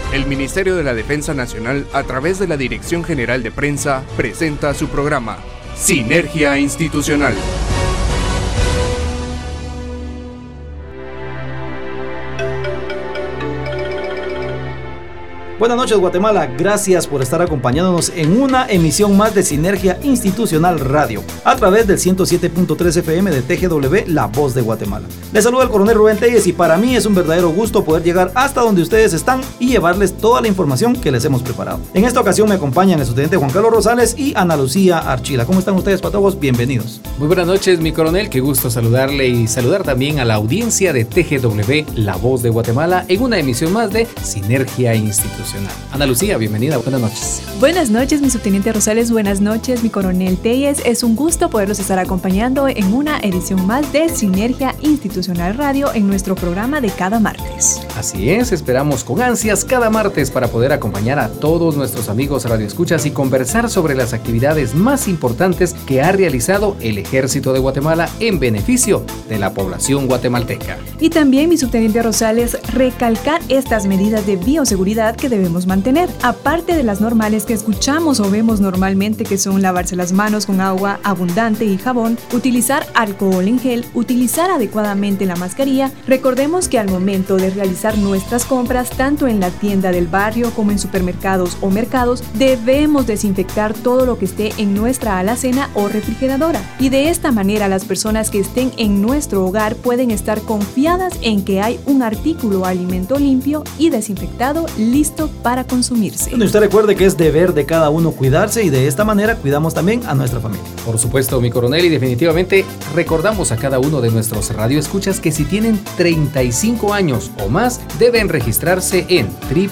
El Ministerio de la Defensa Nacional, a través de la Dirección General de Prensa, presenta su programa Sinergia Institucional. Buenas noches, Guatemala. Gracias por estar acompañándonos en una emisión más de Sinergia Institucional Radio, a través del 107.3 FM de TGW, La Voz de Guatemala. Les saluda el coronel Rubén Telles y para mí es un verdadero gusto poder llegar hasta donde ustedes están y llevarles toda la información que les hemos preparado. En esta ocasión me acompañan el subteniente Juan Carlos Rosales y Ana Lucía Archila. ¿Cómo están ustedes, patojos? Bienvenidos. Muy buenas noches, mi coronel. Qué gusto saludarle y saludar también a la audiencia de TGW, La Voz de Guatemala, en una emisión más de Sinergia Institucional. Ana Lucía, bienvenida, buenas noches. Buenas noches, mi subteniente Rosales, buenas noches, mi coronel Telles. Es un gusto poderlos estar acompañando en una edición más de Sinergia Institucional Radio en nuestro programa de cada martes. Así es, esperamos con ansias cada martes para poder acompañar a todos nuestros amigos radioescuchas y conversar sobre las actividades más importantes que ha realizado el Ejército de Guatemala en beneficio de la población guatemalteca. Y también, mi subteniente Rosales, recalcar estas medidas de bioseguridad que debemos mantener, aparte de las normales que escuchamos o vemos normalmente, que son lavarse las manos con agua abundante y jabón, utilizar alcohol en gel, utilizar adecuadamente la mascarilla. Recordemos que al momento de realizar nuestras compras, tanto en la tienda del barrio como en supermercados o mercados, debemos desinfectar todo lo que esté en nuestra alacena o refrigeradora. Y de esta manera las personas que estén en nuestro hogar pueden estar confiadas en que hay un artículo o alimento limpio y desinfectado listo para consumirse. Bueno, usted recuerde que es deber de cada uno cuidarse y de esta manera cuidamos también a nuestra familia. Por supuesto, mi coronel, y definitivamente recordamos a cada uno de nuestros radioescuchas que si tienen 35 años o más deben registrarse en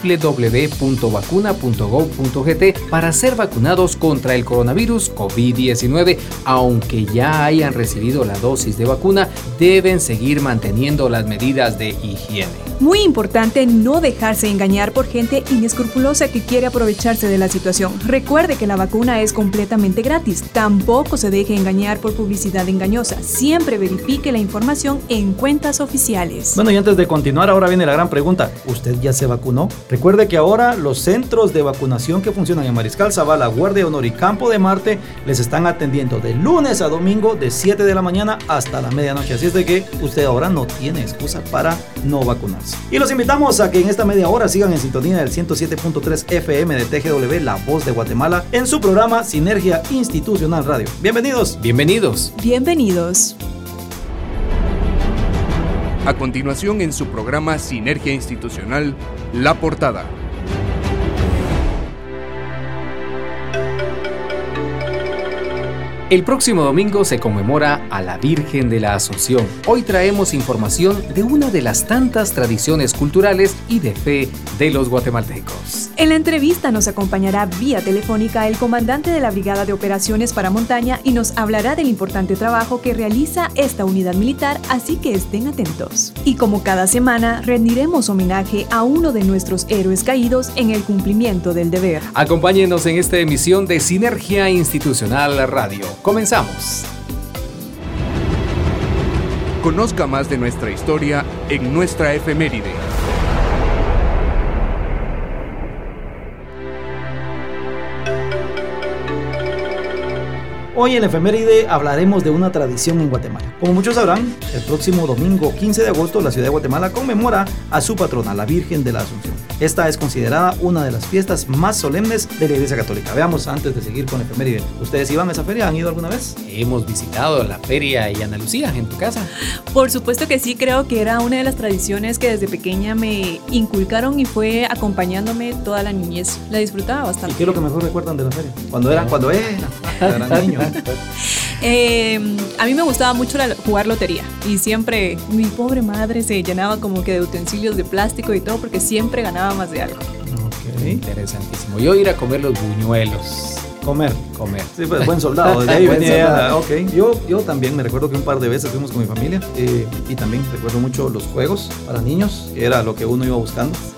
www.vacuna.gov.gt para ser vacunados contra el coronavirus COVID-19. Aunque ya hayan recibido la dosis de vacuna, deben seguir manteniendo las medidas de higiene. Muy importante no dejarse engañar por gente inescrupulosa que quiere aprovecharse de la situación. Recuerde que la vacuna es completamente gratis. Tampoco se deje engañar por publicidad engañosa. Siempre verifique la información en cuentas oficiales. Bueno, y antes de continuar, ahora viene la gran pregunta. ¿Usted ya se vacunó? Recuerde que ahora los centros de vacunación que funcionan en Mariscal Zavala, Guardia de Honor y Campo de Marte les están atendiendo de lunes a domingo de 7 de la mañana hasta la medianoche. Así es de que usted ahora no tiene excusa para no vacunarse. Y los invitamos a que en esta media hora sigan en sintonía del 107.3 FM de TGW, La Voz de Guatemala, en su programa Sinergia Institucional Radio. Bienvenidos. Bienvenidos. Bienvenidos. A continuación, en su programa Sinergia Institucional, La Portada. El próximo domingo se conmemora a la Virgen de la Asunción. Hoy traemos información de una de las tantas tradiciones culturales y de fe de los guatemaltecos. En la entrevista nos acompañará vía telefónica el comandante de la Brigada de Operaciones para Montaña y nos hablará del importante trabajo que realiza esta unidad militar, así que estén atentos. Y como cada semana, rendiremos homenaje a uno de nuestros héroes caídos en el cumplimiento del deber. Acompáñenos en esta emisión de Sinergia Institucional Radio. Comenzamos. Conozca más de nuestra historia en nuestra efeméride. Hoy en la efeméride hablaremos de una tradición en Guatemala. Como muchos sabrán, el próximo domingo 15 de agosto la ciudad de Guatemala conmemora a su patrona, la Virgen de la Asunción. Esta es considerada una de las fiestas más solemnes de la Iglesia Católica. Veamos, antes de seguir con la efeméride, ¿ustedes iban a esa feria? ¿Han ido alguna vez? Hemos visitado la feria y Ana Lucía, ¿en tu casa? Por supuesto que sí, creo que era una de las tradiciones que desde pequeña me inculcaron y fue acompañándome toda la niñez. La disfrutaba bastante. ¿Y qué es lo que mejor recuerdan de la feria? Cuando eran niños. A mí me gustaba mucho jugar lotería y siempre mi pobre madre se llenaba como que de utensilios de plástico y todo porque siempre ganaba más de algo. Ok, interesantísimo. Yo ir a comer los buñuelos. Comer. Sí, pues buen soldado. De ahí venía. Okay. Yo también me recuerdo que un par de veces fuimos con mi familia y también recuerdo mucho los juegos para niños, que era lo que uno iba buscando.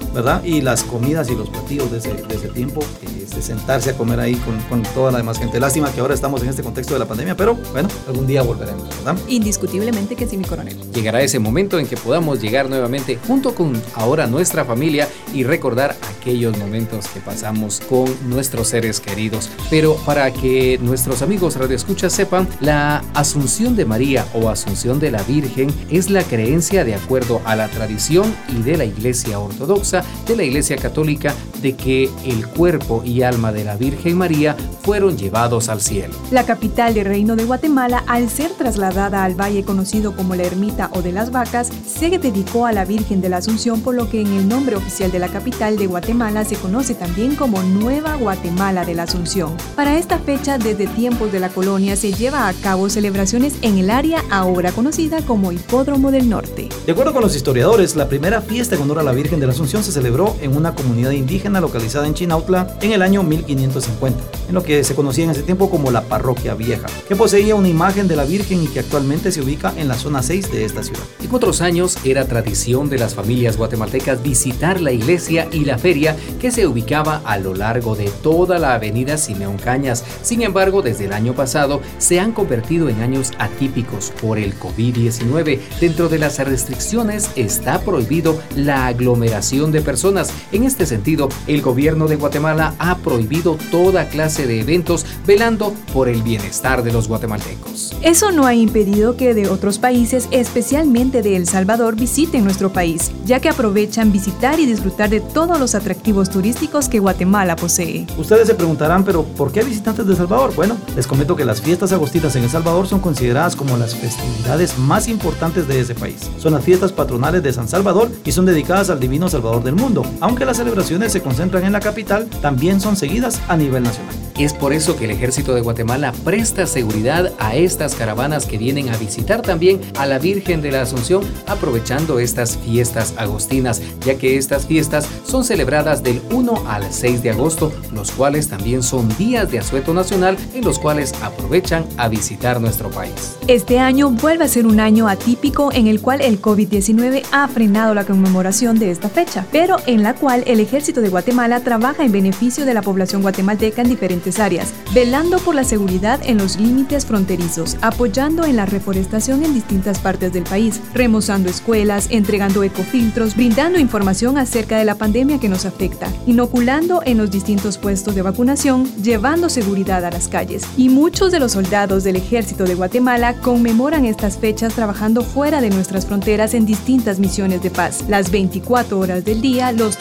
¿verdad? Y las comidas y los platillos de ese tiempo, de sentarse a comer ahí con toda la demás gente. Lástima que ahora estamos en este contexto de la pandemia, pero bueno, algún día volveremos, ¿verdad? Indiscutiblemente que sí, mi coronel. Llegará ese momento en que podamos llegar nuevamente junto con ahora nuestra familia y recordar aquellos momentos que pasamos con nuestros seres queridos. Pero para que nuestros amigos radioescuchas sepan, la Asunción de María o Asunción de la Virgen es la creencia de acuerdo a la tradición y de la Iglesia Ortodoxa, de la Iglesia Católica, de que el cuerpo y alma de la Virgen María fueron llevados al cielo. La capital del Reino de Guatemala, al ser trasladada al valle conocido como la Ermita o de las Vacas, se dedicó a la Virgen de la Asunción, por lo que en el nombre oficial de la capital de Guatemala se conoce también como Nueva Guatemala de la Asunción. Para esta fecha, desde tiempos de la colonia, se lleva a cabo celebraciones en el área ahora conocida como Hipódromo del Norte. De acuerdo con los historiadores, la primera fiesta en honor a la Virgen de la Asunción se celebró en una comunidad indígena localizada en Chinautla en el año 1550, en lo que se conocía en ese tiempo como la Parroquia Vieja, que poseía una imagen de la Virgen y que actualmente se ubica en la zona 6 de esta ciudad. En otros años era tradición de las familias guatemaltecas visitar la iglesia y la feria que se ubicaba a lo largo de toda la avenida Simeón Cañas. Sin embargo, desde el año pasado se han convertido en años atípicos por el COVID-19. Dentro de las restricciones está prohibido la aglomeración de personas. En este sentido, el gobierno de Guatemala ha prohibido toda clase de eventos, velando por el bienestar de los guatemaltecos. Eso no ha impedido que de otros países, especialmente de El Salvador, visiten nuestro país, ya que aprovechan visitar y disfrutar de todos los atractivos turísticos que Guatemala posee. Ustedes se preguntarán, pero ¿por qué visitantes de El Salvador? Bueno, les comento que las fiestas agostinas en El Salvador son consideradas como las festividades más importantes de ese país. Son las fiestas patronales de San Salvador y son dedicadas al divino Salvador del mundo. Aunque las celebraciones se concentran en la capital, también son seguidas a nivel nacional. Es por eso que el Ejército de Guatemala presta seguridad a estas caravanas que vienen a visitar también a la Virgen de la Asunción, aprovechando estas fiestas agostinas, ya que estas fiestas son celebradas del 1 al 6 de agosto, los cuales también son días de asueto nacional en los cuales aprovechan a visitar nuestro país. Este año vuelve a ser un año atípico en el cual el COVID-19 ha frenado la conmemoración de esta fecha, pero en la cual el Ejército de Guatemala trabaja en beneficio de la población guatemalteca en diferentes áreas, velando por la seguridad en los límites fronterizos, apoyando en la reforestación en distintas partes del país, remozando escuelas, entregando ecofiltros, brindando información acerca de la pandemia que nos afecta, inoculando en los distintos puestos de vacunación, llevando seguridad a las calles. Y muchos de los soldados del Ejército de Guatemala conmemoran estas fechas trabajando fuera de nuestras fronteras en distintas misiones de paz, las 24 horas del día, los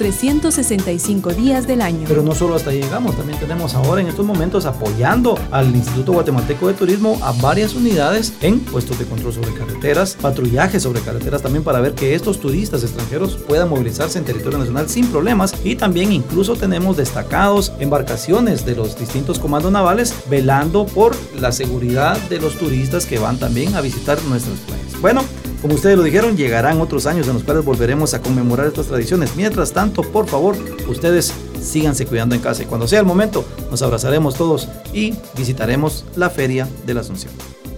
365 días del año. Pero no solo hasta ahí llegamos, también tenemos ahora en estos momentos apoyando al Instituto Guatemalteco de Turismo a varias unidades en puestos de control sobre carreteras, patrullaje sobre carreteras también para ver que estos turistas extranjeros puedan movilizarse en territorio nacional sin problemas, y también incluso tenemos destacados embarcaciones de los distintos comandos navales velando por la seguridad de los turistas que van también a visitar nuestras playas. Bueno, como ustedes lo dijeron, llegarán otros años en los cuales volveremos a conmemorar estas tradiciones. Mientras tanto, por favor, ustedes síganse cuidando en casa y cuando sea el momento nos abrazaremos todos y visitaremos la Feria de la Asunción.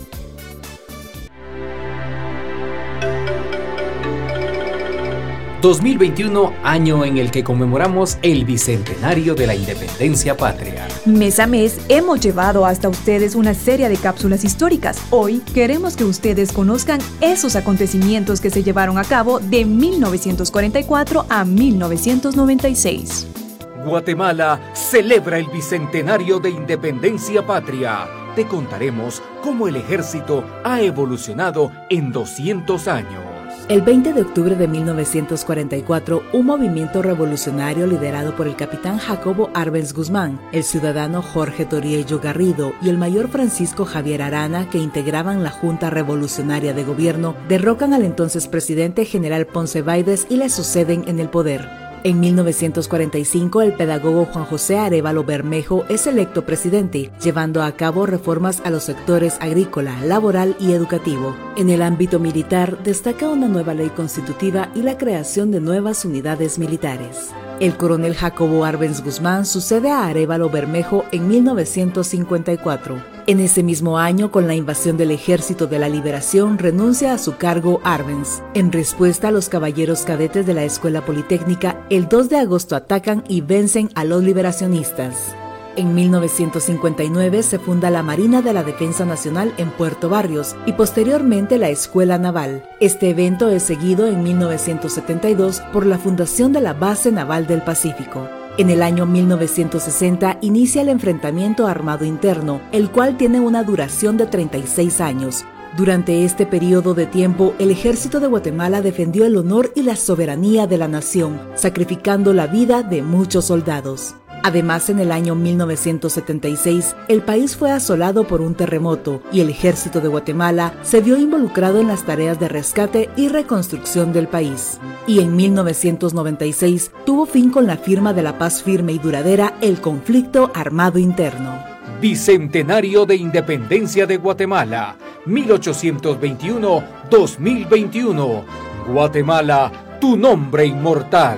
...2021, año en el que conmemoramos el Bicentenario de la Independencia Patria. Mes a mes hemos llevado hasta ustedes una serie de cápsulas históricas. Hoy queremos que ustedes conozcan esos acontecimientos que se llevaron a cabo de 1944 a 1996. Guatemala celebra el Bicentenario de Independencia Patria. Te contaremos cómo el ejército ha evolucionado en 200 años. El 20 de octubre de 1944, un movimiento revolucionario liderado por el capitán Jacobo Arbenz Guzmán, el ciudadano Jorge Toriello Garrido y el mayor Francisco Javier Arana, que integraban la Junta Revolucionaria de Gobierno, derrocan al entonces presidente general Ponce Baides y le suceden en el poder. En 1945, el pedagogo Juan José Arévalo Bermejo es electo presidente, llevando a cabo reformas a los sectores agrícola, laboral y educativo. En el ámbito militar, destaca una nueva ley constitutiva y la creación de nuevas unidades militares. El coronel Jacobo Arbenz Guzmán sucede a Arévalo Bermejo en 1954. En ese mismo año, con la invasión del Ejército de la Liberación, renuncia a su cargo Arbenz. En respuesta, los caballeros cadetes de la Escuela Politécnica, el 2 de agosto atacan y vencen a los liberacionistas. En 1959 se funda la Marina de la Defensa Nacional en Puerto Barrios y posteriormente la Escuela Naval. Este evento es seguido en 1972 por la fundación de la Base Naval del Pacífico. En el año 1960 inicia el enfrentamiento armado interno, el cual tiene una duración de 36 años. Durante este periodo de tiempo, el Ejército de Guatemala defendió el honor y la soberanía de la nación, sacrificando la vida de muchos soldados. Además, en el año 1976, el país fue asolado por un terremoto y el Ejército de Guatemala se vio involucrado en las tareas de rescate y reconstrucción del país. Y en 1996 tuvo fin con la firma de la paz firme y duradera el conflicto armado interno. Bicentenario de Independencia de Guatemala, 1821-2021. Guatemala, tu nombre inmortal.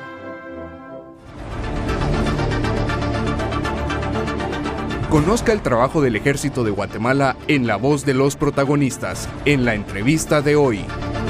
Conozca el trabajo del Ejército de Guatemala en la voz de los protagonistas, en la entrevista de hoy.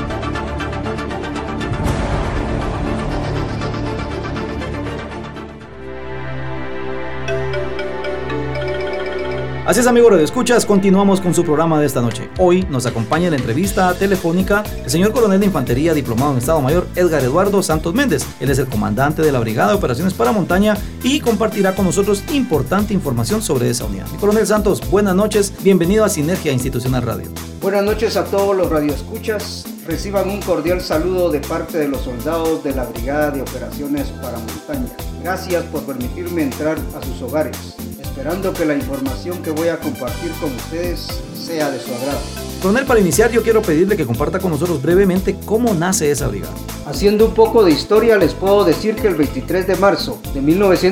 Así es, amigos radioescuchas, continuamos con su programa de esta noche. Hoy nos acompaña en la entrevista telefónica el señor coronel de Infantería, diplomado en Estado Mayor, Edgar Eduardo Santos Méndez. Él es el comandante de la Brigada de Operaciones para Montaña y compartirá con nosotros importante información sobre esa unidad. Coronel Santos, buenas noches, bienvenido a Sinergia Institucional Radio. Buenas noches a todos los radioescuchas. Reciban un cordial saludo de parte de los soldados de la Brigada de Operaciones para Montaña. Gracias por permitirme entrar a sus hogares, esperando que la información que voy a compartir con ustedes sea de su agrado. Coronel, para iniciar yo quiero pedirle que comparta con nosotros brevemente cómo nace esa brigada. Haciendo un poco de historia, les puedo decir que el 23 de marzo de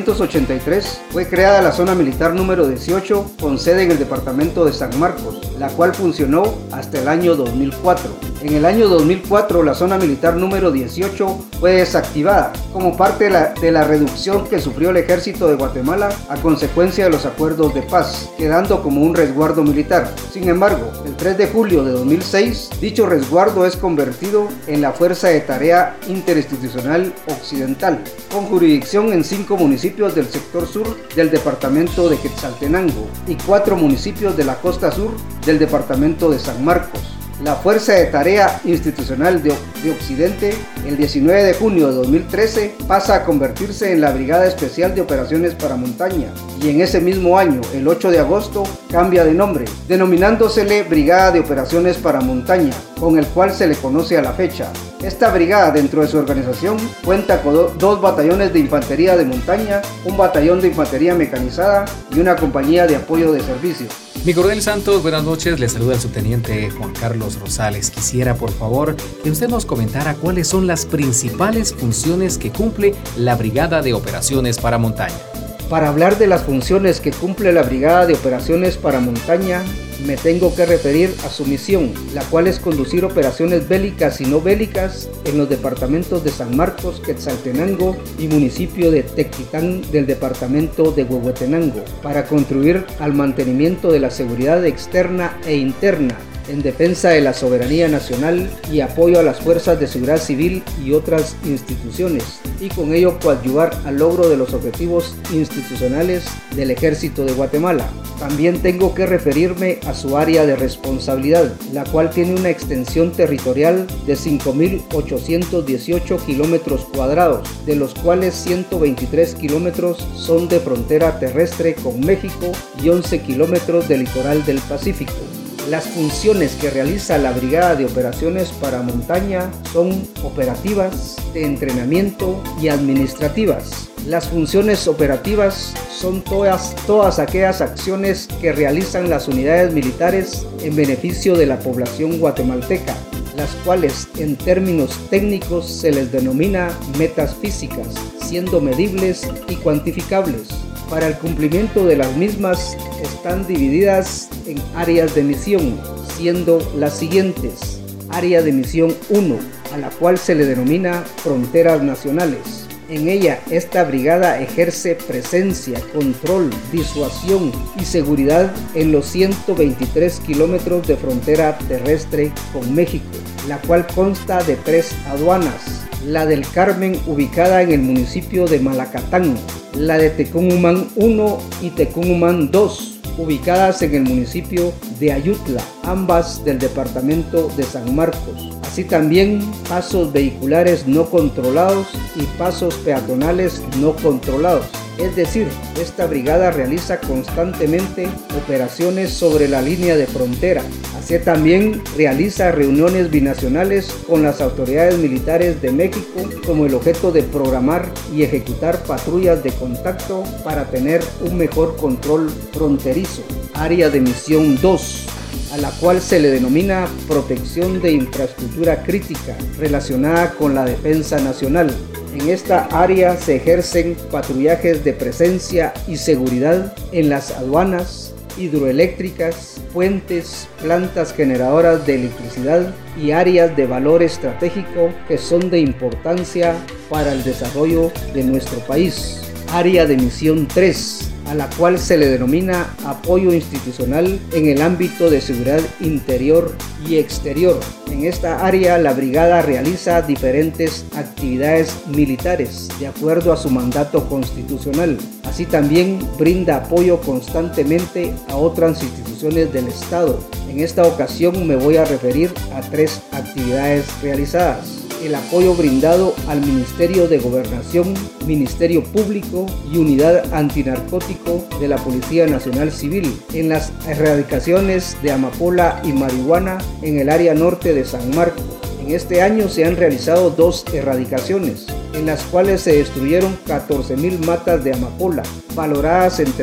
1983 fue creada la Zona Militar número 18 con sede en el departamento de San Marcos, la cual funcionó hasta el año 2004. En el año 2004 la Zona Militar número 18 fue desactivada como parte de la reducción que sufrió el Ejército de Guatemala a consecuencia de los acuerdos de paz, quedando como un resguardo militar. Sin embargo, el 3 de julio de 2006, dicho resguardo es convertido en la Fuerza de Tarea Interinstitucional Occidental, con jurisdicción en 5 municipios del sector sur del departamento de Quetzaltenango y 4 municipios de la costa sur del departamento de San Marcos. La Fuerza de Tarea Institucional de Occidente, el 19 de junio de 2013, pasa a convertirse en la Brigada Especial de Operaciones para Montaña y en ese mismo año, el 8 de agosto, cambia de nombre, denominándosele Brigada de Operaciones para Montaña, con el cual se le conoce a la fecha. Esta brigada, dentro de su organización, cuenta con 2 batallones de infantería de montaña, un batallón de infantería mecanizada y una compañía de apoyo de servicio. Mi coronel Santos, buenas noches, le saluda el subteniente Juan Carlos Rosales. Quisiera, por favor, que usted nos comentara cuáles son las principales funciones que cumple la Brigada de Operaciones para Montaña. Para hablar de las funciones que cumple la Brigada de Operaciones para Montaña, me tengo que referir a su misión, la cual es conducir operaciones bélicas y no bélicas en los departamentos de San Marcos, Quetzaltenango y municipio de Tequitán del departamento de Huehuetenango, para contribuir al mantenimiento de la seguridad externa e interna, en defensa de la soberanía nacional y apoyo a las fuerzas de seguridad civil y otras instituciones, y con ello coadyuvar al logro de los objetivos institucionales del Ejército de Guatemala. También tengo que referirme a su área de responsabilidad, la cual tiene una extensión territorial de 5.818 kilómetros cuadrados, de los cuales 123 kilómetros son de frontera terrestre con México y 11 kilómetros de litoral del Pacífico. Las funciones que realiza la Brigada de Operaciones para Montaña son operativas, de entrenamiento y administrativas. Las funciones operativas son todas aquellas acciones que realizan las unidades militares en beneficio de la población guatemalteca, las cuales en términos técnicos se les denomina metas físicas, siendo medibles y cuantificables. Para el cumplimiento de las mismas están divididas en áreas de misión, siendo las siguientes: área de misión 1, a la cual se le denomina fronteras nacionales; En ella, esta brigada ejerce presencia, control, disuasión y seguridad en los 123 kilómetros de frontera terrestre con México, la cual consta de 3 aduanas: la del Carmen, ubicada en el municipio de Malacatán, la de Tecumumán 1 y Tecumumán 2, ubicadas en el municipio de Ayutla, ambas del departamento de San Marcos. Así también pasos vehiculares no controlados y pasos peatonales no controlados. Es decir, esta brigada realiza constantemente operaciones sobre la línea de frontera. Así también realiza reuniones binacionales con las autoridades militares de México con el objeto de programar y ejecutar patrullas de contacto para tener un mejor control fronterizo. Área de misión 2, a la cual se le denomina protección de infraestructura crítica relacionada con la defensa nacional. En esta área se ejercen patrullajes de presencia y seguridad en las aduanas, hidroeléctricas, puentes, plantas generadoras de electricidad y áreas de valor estratégico que son de importancia para el desarrollo de nuestro país. Área de misión 3, a la cual se le denomina apoyo institucional en el ámbito de seguridad interior y exterior. En esta área la brigada realiza diferentes actividades militares de acuerdo a su mandato constitucional. Así también brinda apoyo constantemente a otras instituciones del Estado. En esta ocasión me voy a referir a 3 actividades realizadas: el apoyo brindado al Ministerio de Gobernación, Ministerio Público y Unidad Antinarcótico de la Policía Nacional Civil en las erradicaciones de amapola y marihuana en el área norte de San Marcos. En este año se han realizado 2 erradicaciones, en las cuales se destruyeron 14,000 matas de amapola, valoradas en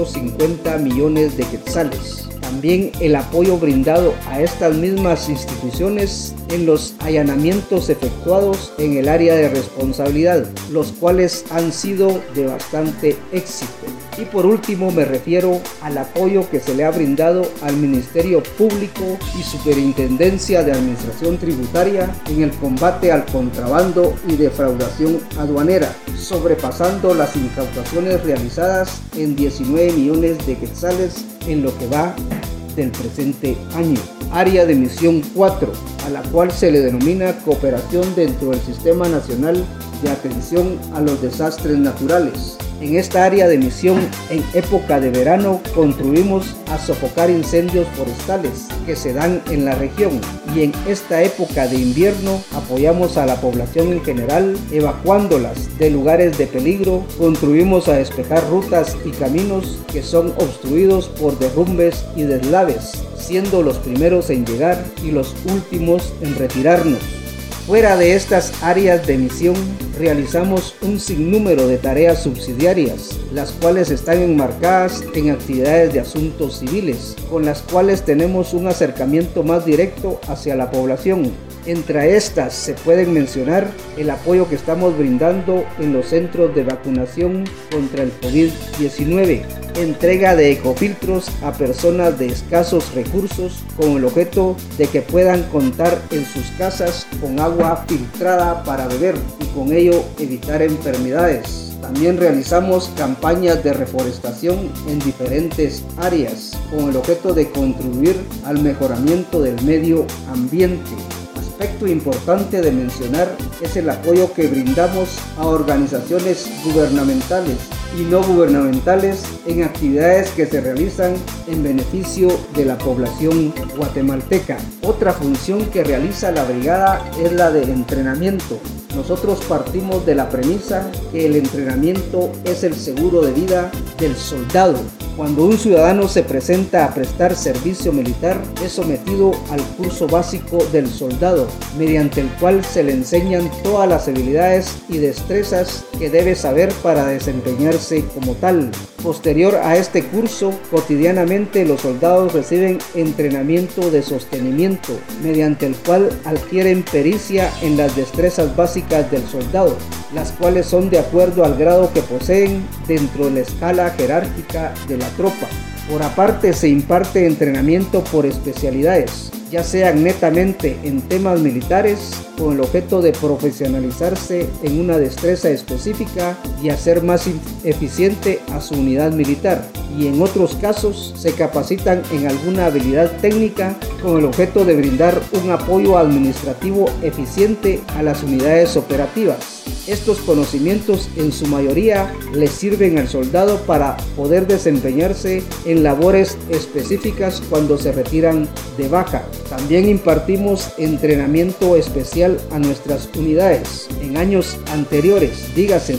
350 millones de quetzales. También el apoyo brindado a estas mismas instituciones en los allanamientos efectuados en el área de responsabilidad, los cuales han sido de bastante éxito. Y por último me refiero al apoyo que se le ha brindado al Ministerio Público y Superintendencia de Administración Tributaria en el combate al contrabando y defraudación aduanera, sobrepasando las incautaciones realizadas en 19 millones de quetzales en lo que va del presente año. Área de misión 4, a la cual se le denomina cooperación dentro del Sistema Nacional de Atención a los Desastres Naturales. En esta área de misión, en época de verano, contribuimos a sofocar incendios forestales que se dan en la región, y en esta época de invierno apoyamos a la población en general, evacuándolas de lugares de peligro. Contribuimos a despejar rutas y caminos que son obstruidos por derrumbes y deslaves, siendo los primeros en llegar y los últimos en retirarnos. Fuera de estas áreas de misión, realizamos un sinnúmero de tareas subsidiarias, las cuales están enmarcadas en actividades de asuntos civiles, con las cuales tenemos un acercamiento más directo hacia la población. Entre estas se pueden mencionar el apoyo que estamos brindando en los centros de vacunación contra el COVID-19, entrega de ecofiltros a personas de escasos recursos con el objeto de que puedan contar en sus casas con agua filtrada para beber y con ello evitar enfermedades. También realizamos campañas de reforestación en diferentes áreas con el objeto de contribuir al mejoramiento del medio ambiente. Aspecto importante de mencionar es el apoyo que brindamos a organizaciones gubernamentales y no gubernamentales en actividades que se realizan en beneficio de la población guatemalteca. Otra función que realiza la brigada es la de entrenamiento. Nosotros partimos de la premisa que el entrenamiento es el seguro de vida del soldado. Cuando un ciudadano se presenta a prestar servicio militar, es sometido al curso básico del soldado, mediante el cual se le enseñan todas las habilidades y destrezas que debe saber para desempeñarse como tal. Posterior a este curso, cotidianamente los soldados reciben entrenamiento de sostenimiento, mediante el cual adquieren pericia en las destrezas básicas del soldado, las cuales son de acuerdo al grado que poseen dentro de la escala jerárquica de la tropa. Por aparte se imparte entrenamiento por especialidades, ya sean netamente en temas militares, con el objeto de profesionalizarse en una destreza específica y hacer más eficiente a su unidad militar, y en otros casos se capacitan en alguna habilidad técnica con el objeto de brindar un apoyo administrativo eficiente a las unidades operativas. Estos conocimientos en su mayoría les sirven al soldado para poder desempeñarse en labores específicas cuando se retiran de baja. También impartimos entrenamiento especial a nuestras unidades. En años anteriores, dígase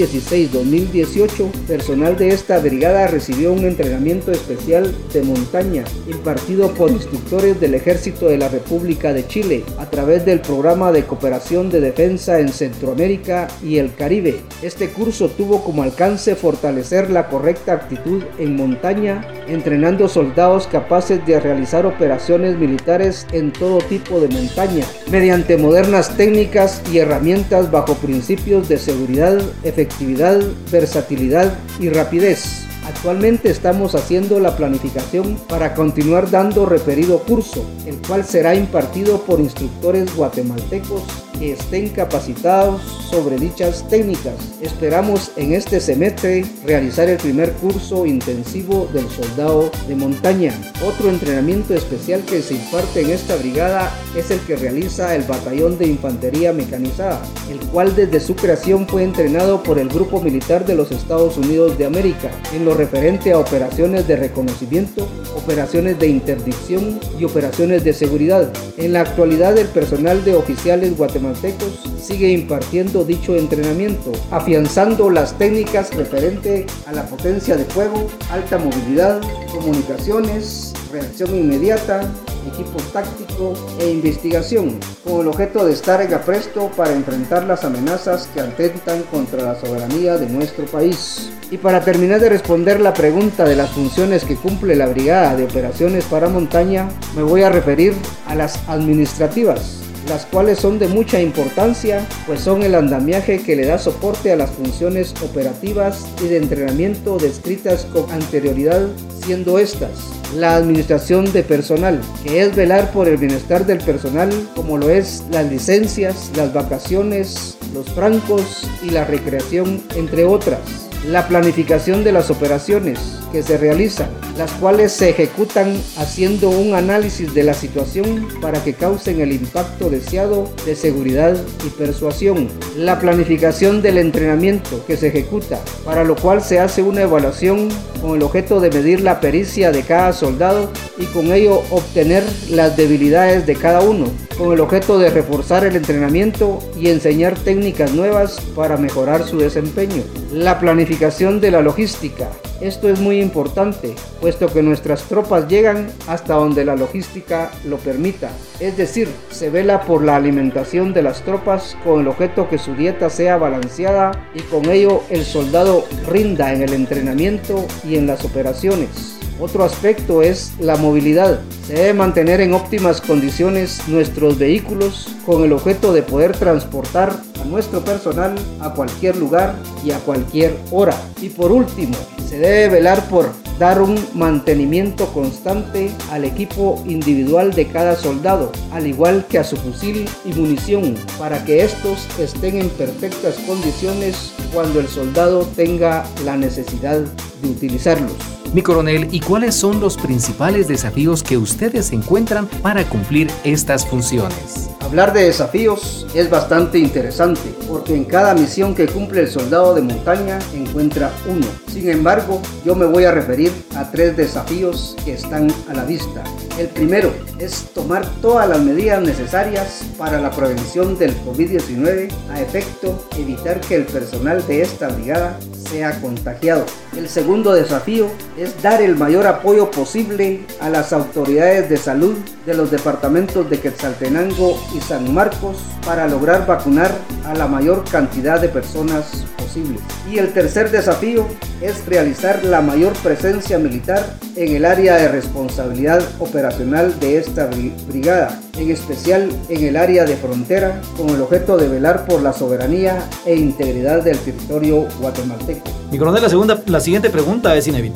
2016-2018, personal de esta brigada recibió un entrenamiento especial de montaña impartido por instructores del Ejército de la República de Chile a través del Programa de Cooperación de Defensa en Centroamérica y el Caribe. Este curso tuvo como alcance fortalecer la correcta actitud en montaña, entrenando soldados capaces de realizar operaciones militares en todo tipo de montaña, mediante modernas técnicas y herramientas bajo principios de seguridad, efectividad, versatilidad y rapidez. Actualmente estamos haciendo la planificación para continuar dando referido curso, el cual será impartido por instructores guatemaltecos que estén capacitados sobre dichas técnicas. Esperamos en este semestre realizar el primer curso intensivo del soldado de montaña. Otro entrenamiento especial que se imparte en esta brigada es el que realiza el Batallón de Infantería Mecanizada, el cual desde su creación fue entrenado por el Grupo Militar de los Estados Unidos de América en lo referente a operaciones de reconocimiento, operaciones de interdicción y operaciones de seguridad. En la actualidad, el personal de oficiales guatemaltecos sigue impartiendo dicho entrenamiento, afianzando las técnicas referente a la potencia de fuego, alta movilidad, comunicaciones, reacción inmediata, equipo táctico e investigación, con el objeto de estar en apresto para enfrentar las amenazas que atentan contra la soberanía de nuestro país. Y para terminar de responder la pregunta de las funciones que cumple la Brigada de Operaciones para Montaña, me voy a referir a las administrativas, las cuales son de mucha importancia, pues son el andamiaje que le da soporte a las funciones operativas y de entrenamiento descritas con anterioridad, siendo estas: la administración de personal, que es velar por el bienestar del personal, como lo es las licencias, las vacaciones, los francos y la recreación, entre otras. La planificación de las operaciones que se realizan, las cuales se ejecutan haciendo un análisis de la situación para que causen el impacto deseado de seguridad y persuasión. La planificación del entrenamiento que se ejecuta, para lo cual se hace una evaluación con el objeto de medir la pericia de cada soldado y con ello obtener las debilidades de cada uno, con el objeto de reforzar el entrenamiento y enseñar técnicas nuevas para mejorar su desempeño. La planificación de la logística. Esto es muy importante, puesto que nuestras tropas llegan hasta donde la logística lo permita. Es decir, se vela por la alimentación de las tropas con el objeto que su dieta sea balanceada y con ello el soldado rinda en el entrenamiento y en las operaciones. Otro aspecto es la movilidad. Se debe mantener en óptimas condiciones nuestros vehículos con el objeto de poder transportar a nuestro personal a cualquier lugar y a cualquier hora. Y por último, se debe velar por dar un mantenimiento constante al equipo individual de cada soldado, al igual que a su fusil y munición, para que estos estén en perfectas condiciones cuando el soldado tenga la necesidad de utilizarlos. Mi coronel, ¿y cuáles son los principales desafíos que ustedes encuentran para cumplir estas funciones? Hablar de desafíos es bastante interesante, porque en cada misión que cumple el soldado de montaña encuentra uno. Sin embargo, yo me voy a referir a 3 desafíos que están a la vista. El primero es tomar todas las medidas necesarias para la prevención del COVID-19, a efecto evitar que el personal de esta brigada sea contagiado. El segundo desafío es dar el mayor apoyo posible a las autoridades de salud de los departamentos de Quetzaltenango y San Marcos para lograr vacunar a la mayor cantidad de personas posible. Y el tercer desafío es realizar la mayor presencia militar en el área de responsabilidad operacional de esta brigada, en especial en el área de frontera, con el objeto de velar por la soberanía e integridad del territorio guatemalteco. Mi coronel, la siguiente pregunta es inevitable.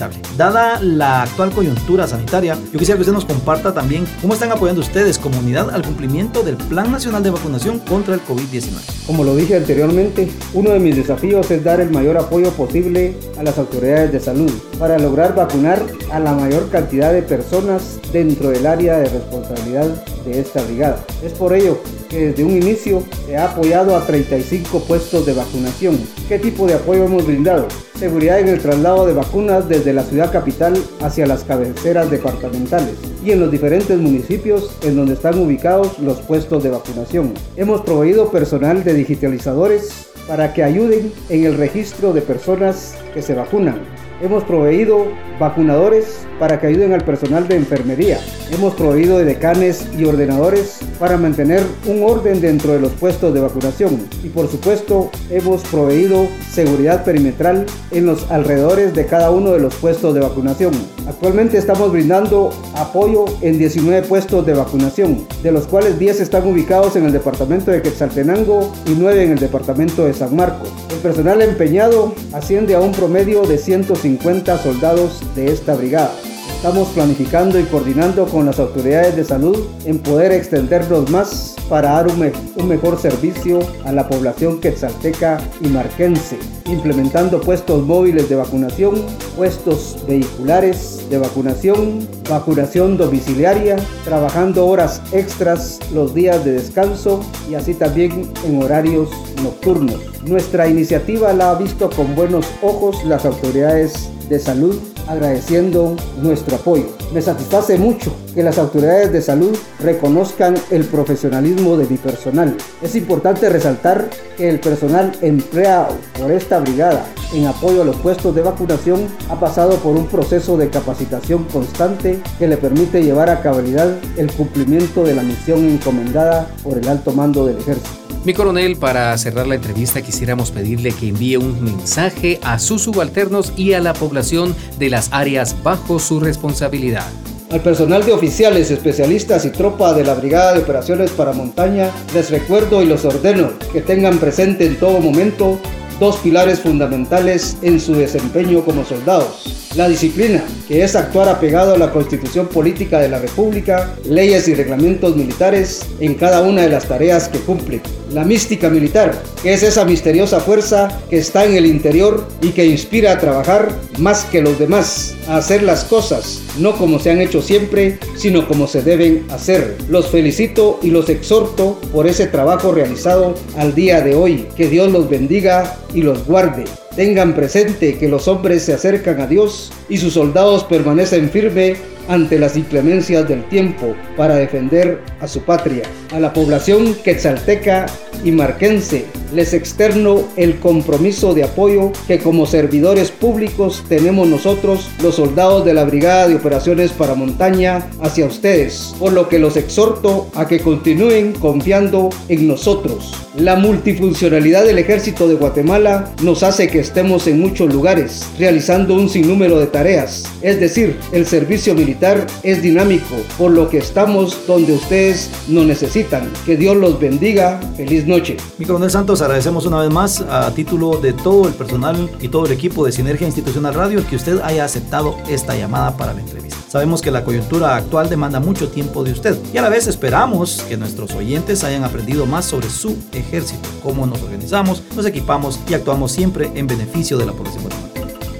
dada la actual coyuntura sanitaria, yo quisiera que usted nos comparta también cómo están apoyando ustedes como unidad al cumplimiento del Plan Nacional de Vacunación contra el COVID-19. Como lo dije anteriormente, uno de mis desafíos es dar el mayor apoyo posible a las autoridades de salud para lograr vacunar a la mayor cantidad de personas dentro del área de responsabilidad de esta brigada. Es por ello que desde un inicio se ha apoyado a 35 puestos de vacunación. ¿Qué tipo de apoyo hemos brindado? Seguridad en el traslado de vacunas desde la ciudad capital hacia las cabeceras departamentales y en los diferentes municipios en donde están ubicados los puestos de vacunación. Hemos proveído personal de digitalizadores para que ayuden en el registro de personas que se vacunan. Hemos proveído vacunadores para que ayuden al personal de enfermería. Hemos proveído de decanes y ordenadores para mantener un orden dentro de los puestos de vacunación. Y por supuesto, hemos proveído seguridad perimetral en los alrededores de cada uno de los puestos de vacunación. Actualmente estamos brindando apoyo en 19 puestos de vacunación, de los cuales 10 están ubicados en el departamento de Quetzaltenango y 9 en el departamento de San Marcos. El personal empeñado asciende a un promedio de 150 soldados de esta brigada. Estamos planificando y coordinando con las autoridades de salud en poder extendernos más para dar un mejor servicio a la población quetzalteca y marquense, implementando puestos móviles de vacunación, puestos vehiculares de vacunación, vacunación domiciliaria, trabajando horas extras los días de descanso y así también en horarios nocturnos. Nuestra iniciativa la ha visto con buenos ojos las autoridades de salud, agradeciendo nuestro apoyo. Me satisface mucho que las autoridades de salud reconozcan el profesionalismo de mi personal. Es importante resaltar que el personal empleado por esta brigada en apoyo a los puestos de vacunación ha pasado por un proceso de capacitación constante que le permite llevar a cabalidad el cumplimiento de la misión encomendada por el alto mando del ejército. Mi coronel, para cerrar la entrevista quisiéramos pedirle que envíe un mensaje a sus subalternos y a la población de las áreas bajo su responsabilidad. Al personal de oficiales, especialistas y tropa de la Brigada de Operaciones para Montaña, les recuerdo y los ordeno que tengan presente en todo momento dos pilares fundamentales en su desempeño como soldados. La disciplina, que es actuar apegado a la Constitución Política de la República, leyes y reglamentos militares en cada una de las tareas que cumplen. La mística militar, que es esa misteriosa fuerza que está en el interior y que inspira a trabajar más que los demás, a hacer las cosas, no como se han hecho siempre, sino como se deben hacer. Los felicito y los exhorto por ese trabajo realizado al día de hoy. Que Dios los bendiga y los guarde. Tengan presente que los hombres se acercan a Dios y sus soldados permanecen firmes ante las inclemencias del tiempo para defender a su patria. A la población quetzalteca y marquense les externo el compromiso de apoyo que como servidores públicos tenemos nosotros, los soldados de la Brigada de Operaciones para Montaña, hacia ustedes, por lo que los exhorto a que continúen confiando en nosotros. La multifuncionalidad del Ejército de Guatemala nos hace que estemos en muchos lugares, realizando un sinnúmero de tareas, es decir, el servicio militar es dinámico, por lo que estamos donde ustedes nos necesitan. Que Dios los bendiga. Feliz noche. Mi coronel Santos, agradecemos una vez más a título de todo el personal y todo el equipo de Sinergia Institucional Radio el que usted haya aceptado esta llamada para la entrevista. Sabemos que la coyuntura actual demanda mucho tiempo de usted y a la vez esperamos que nuestros oyentes hayan aprendido más sobre su ejército, cómo nos organizamos, nos equipamos y actuamos siempre en beneficio de la población guatemalteca.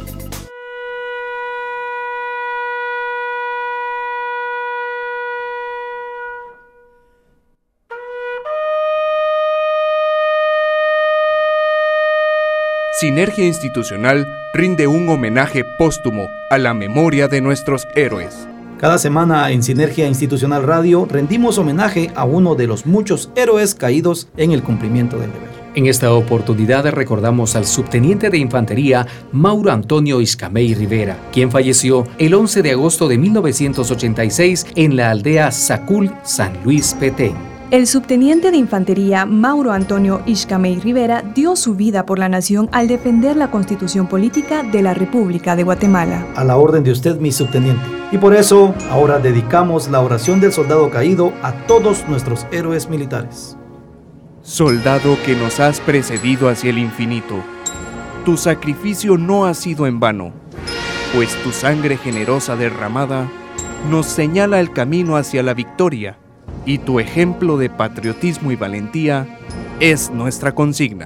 Sinergia Institucional rinde un homenaje póstumo a la memoria de nuestros héroes. Cada semana en Sinergia Institucional Radio rendimos homenaje a uno de los muchos héroes caídos en el cumplimiento del deber. En esta oportunidad recordamos al subteniente de infantería Mauro Antonio Iscamey Rivera, quien falleció el 11 de agosto de 1986 en la aldea Zacul, San Luis Petén. El subteniente de infantería Mauro Antonio Iscamey Rivera dio su vida por la nación al defender la Constitución Política de la República de Guatemala. A la orden de usted, mi subteniente. Y por eso, ahora dedicamos la oración del soldado caído a todos nuestros héroes militares. Soldado que nos has precedido hacia el infinito, tu sacrificio no ha sido en vano. pues tu sangre generosa derramada nos señala el camino hacia la victoria, y tu ejemplo de patriotismo y valentía es nuestra consigna.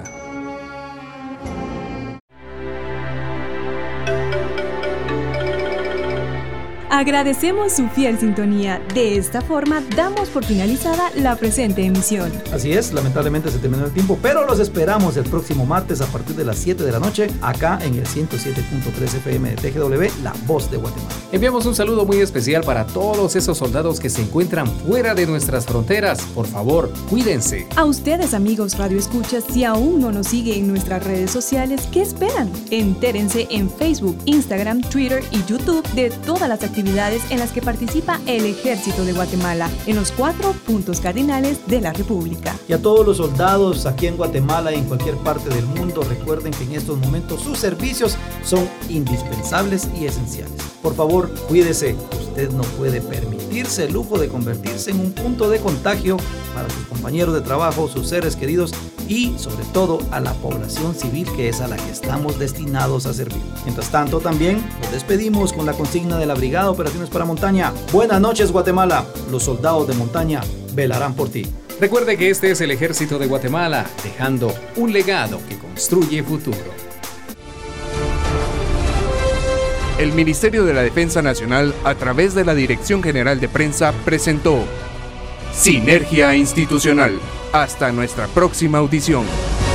Agradecemos su fiel sintonía. De esta forma, damos por finalizada la presente emisión. Así es, lamentablemente se terminó el tiempo, pero los esperamos el próximo martes a partir de las 7 de la noche, acá en el 107.3 FM de TGW, La Voz de Guatemala. Enviamos un saludo muy especial para todos esos soldados que se encuentran fuera de nuestras fronteras. Por favor, cuídense. A ustedes, amigos Radio Escuchas, si aún no nos siguen en nuestras redes sociales, ¿qué esperan? Entérense en Facebook, Instagram, Twitter y YouTube de todas las actividades en las que participa el Ejército de Guatemala en los 4 puntos cardinales de la República. Y a todos los soldados aquí en Guatemala y en cualquier parte del mundo, recuerden que en estos momentos sus servicios son indispensables y esenciales. Por favor, cuídese. Usted no puede permitirse el lujo de convertirse en un punto de contagio para sus compañeros de trabajo, sus seres queridos y, sobre todo, a la población civil, que es a la que estamos destinados a servir. Mientras tanto, también nos despedimos con la consigna de la Brigada Operaciones para Montaña. Buenas noches, Guatemala. Los soldados de montaña velarán por ti. Recuerde que este es el Ejército de Guatemala, dejando un legado que construye futuro. El Ministerio de la Defensa Nacional, a través de la Dirección General de Prensa, presentó Sinergia Institucional. Hasta nuestra próxima audición.